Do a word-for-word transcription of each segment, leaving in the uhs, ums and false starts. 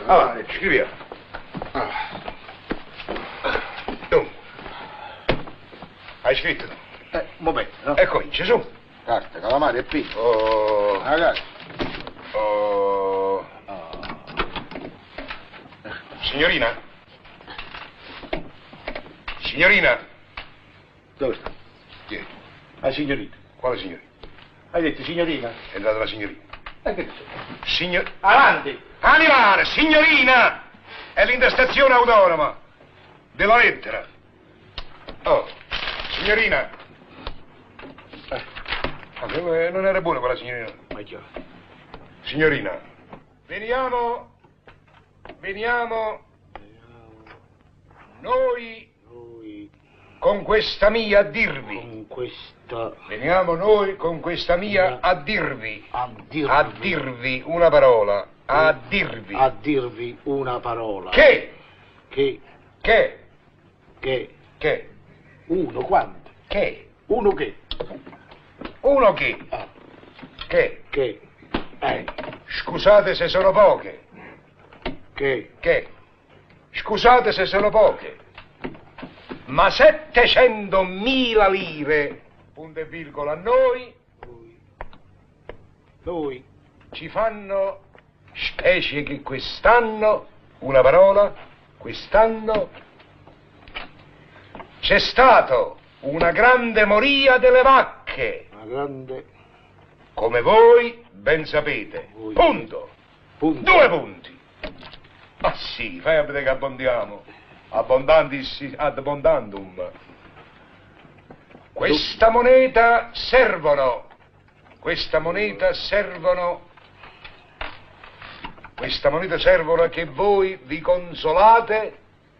Avanti, scriviamo. Dunque. Hai scritto? Eh, un momento, no? E cominci, su. Carta, calamari e pinto. Oh. La carta. Oh. Oh. Signorina? Signorina? Dove sta? Chi è? La signorina. Quale signorina? Hai detto signorina? È entrata la signorina. E che c'è? Signor... Avanti! Animale, signorina! È l'intestazione autonoma della lettera. Oh, signorina. Eh. Ma che- non era buona quella signorina. Ma già. Signorina, veniamo, veniamo, noi Noi con questa mia a dirvi. con questa... Veniamo noi con questa mia a dirvi. A dirvi... A dirvi una parola. A dirvi. A dirvi una parola. Che? Che... Che? Che... Che? Uno quanto? Che? Uno che? Uno che? Ah, Che? che... Eh, Scusate se sono poche. che... Che? Scusate se sono poche. Ma settecentomila lire, punto e virgola, a noi Noi... Noi... ci fanno, specie che quest'anno, una parola, quest'anno c'è stato una grande moria delle vacche, Una grande... come voi ben sapete. Voi. Punto. Punto. Due punti. Ma sì, fai a vedere che abbondiamo. Abbondantis ad abbondandum. Questa moneta servono. Questa moneta servono. Questa moneta servono a che voi vi consolate.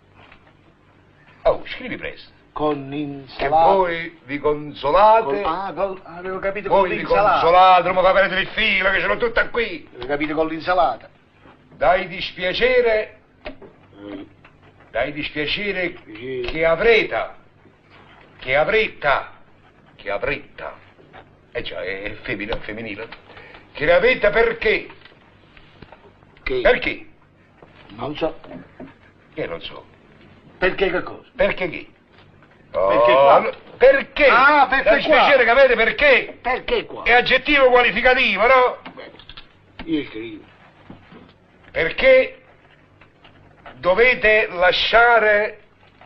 Oh, scrivi presto. Con Che insalata... voi vi consolate. Con... Ah, col... avevo capito con Voi vi l'insalata. consolate, non mi fa perdere il filo, che ce l'ho tutta qui. Avevo capito con l'insalata. Dai dispiacere. Eh, Dai dispiacere Dispiacere. che avrete, che avrete, che avrete, eh già, è femmina, femminile, che ne avete perché? che... Perché? Non so. Che non so. Perché che cosa? Perché chi? Perché Oh, qua? no, perché? Ah, perché Dai dispiacere qua? che avete perché? Perché qua? È aggettivo qualificativo, no? Beh, io scrivo. Perché dovete lasciare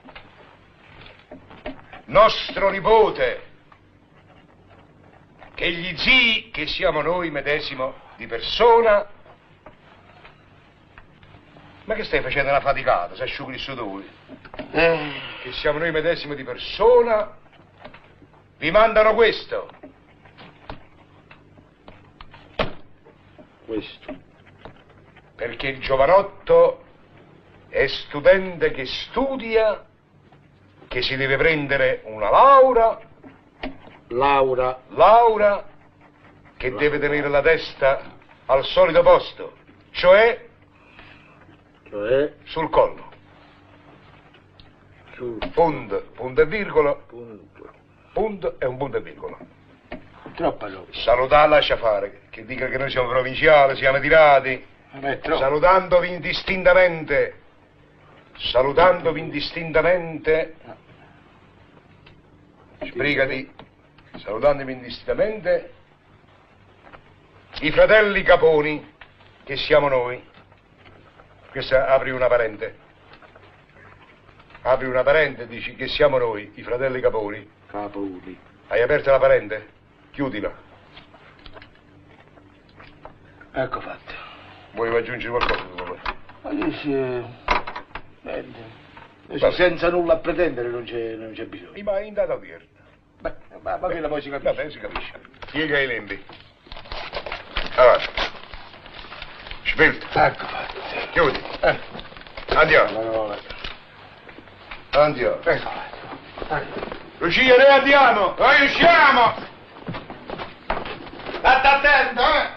nostro nipote, che gli zii, che siamo noi medesimo di persona. Ma che stai facendo una faticata, se asciughi il sudore? Eh, Che siamo noi medesimo di persona, vi mandano questo. questo. Perché il giovanotto è studente che studia, che si deve prendere una laurea, Laura. laurea, che deve tenere la testa al solito posto, cioè Cioè, sul collo. sul Punto, punto e virgola, punto. punto e un punto e virgola. Troppa roba. Salutare lascia fare, che dica che noi siamo provinciali, siamo tirati, Ma è troppo. salutandovi indistintamente, salutandovi indistintamente, sbrigati, salutandovi indistintamente, i fratelli Caponi, che siamo noi. Questa apri una parente. Apri una parente e dici che siamo noi, i fratelli Caponi. Caponi. Hai aperto la parente? Chiudila. Ecco fatto. Vuoi aggiungere qualcosa? Tu, Ma dici... eh, niente. Dici, Vabbè. senza nulla a pretendere non c'è, non c'è bisogno. ma in data odierna. Beh, ma, ma quella poi si capisce. Vabbè, si capisce. Piega i lembi. Avanti. Svelto. Ecco fatto. Chiudi. Eh, Andiamo. allora. Andiamo. Ecco fatto. Ecco. Lucia, noi andiamo. Noi usciamo! State attento, eh!